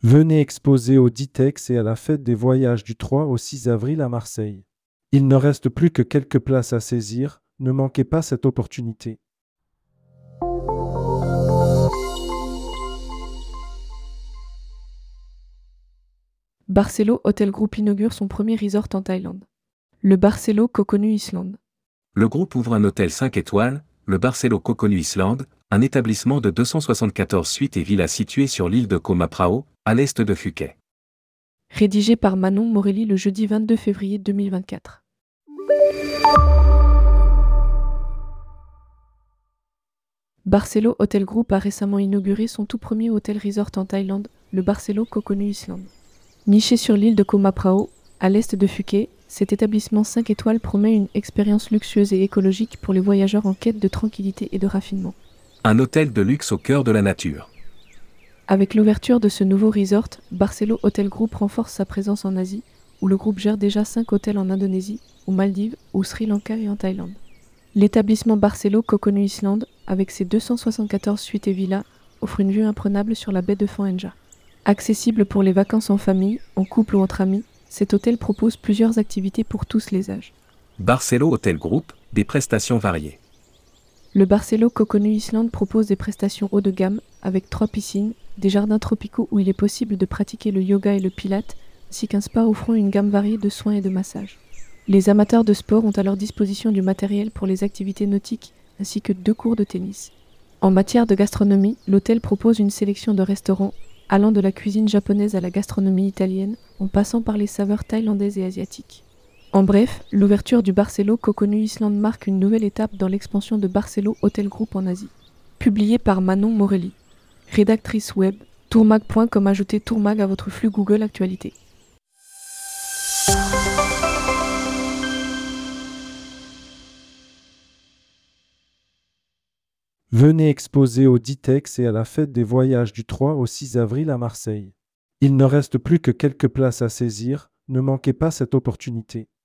Venez exposer au Ditex et à la fête des voyages du 3 au 6 avril à Marseille. Il ne reste plus que quelques places à saisir, ne manquez pas cette opportunité. Barcelo Hotel Group inaugure son premier resort en Thaïlande. Le Barcelo Kokonu Island. Le groupe ouvre un hôtel 5 étoiles, le Barcelo Kokonu Island, un établissement de 274 suites et villas situé sur l'île de Koh Map Prao, à l'est de Phuket. Rédigé par Manon Morelli le jeudi 22 février 2024. Barcelo Hotel Group a récemment inauguré son tout premier hôtel resort en Thaïlande, le Barcelo Kokonu Island. Niché sur l'île de Koh Map Prao, à l'est de Phuket, cet établissement 5 étoiles promet une expérience luxueuse et écologique pour les voyageurs en quête de tranquillité et de raffinement. Un hôtel de luxe au cœur de la nature. Avec l'ouverture de ce nouveau resort, Barcelo Hotel Group renforce sa présence en Asie, où le groupe gère déjà 5 hôtels en Indonésie, aux Maldives, au Sri Lanka et en Thaïlande. L'établissement Barcelo Kokonu Island, avec ses 274 suites et villas, offre une vue imprenable sur la baie de Phangan. Accessible pour les vacances en famille, en couple ou entre amis, cet hôtel propose plusieurs activités pour tous les âges. Barcelo Hotel Group, des prestations variées. Le Barcelo Kokonu Island propose des prestations haut de gamme, avec 3 piscines, des jardins tropicaux où il est possible de pratiquer le yoga et le pilate, ainsi qu'un spa offrant une gamme variée de soins et de massages. Les amateurs de sport ont à leur disposition du matériel pour les activités nautiques, ainsi que 2 cours de tennis. En matière de gastronomie, l'hôtel propose une sélection de restaurants, allant de la cuisine japonaise à la gastronomie italienne, en passant par les saveurs thaïlandaises et asiatiques. En bref, l'ouverture du Barcelo Kokonu Island marque une nouvelle étape dans l'expansion de Barcelo Hotel Group en Asie. Publié par Manon Morelli. Rédactrice web, tourmag.com. Ajoutez Tourmag à votre flux Google Actualité. Venez exposer au Ditex et à la fête des voyages du 3 au 6 avril à Marseille. Il ne reste plus que quelques places à saisir, ne manquez pas cette opportunité.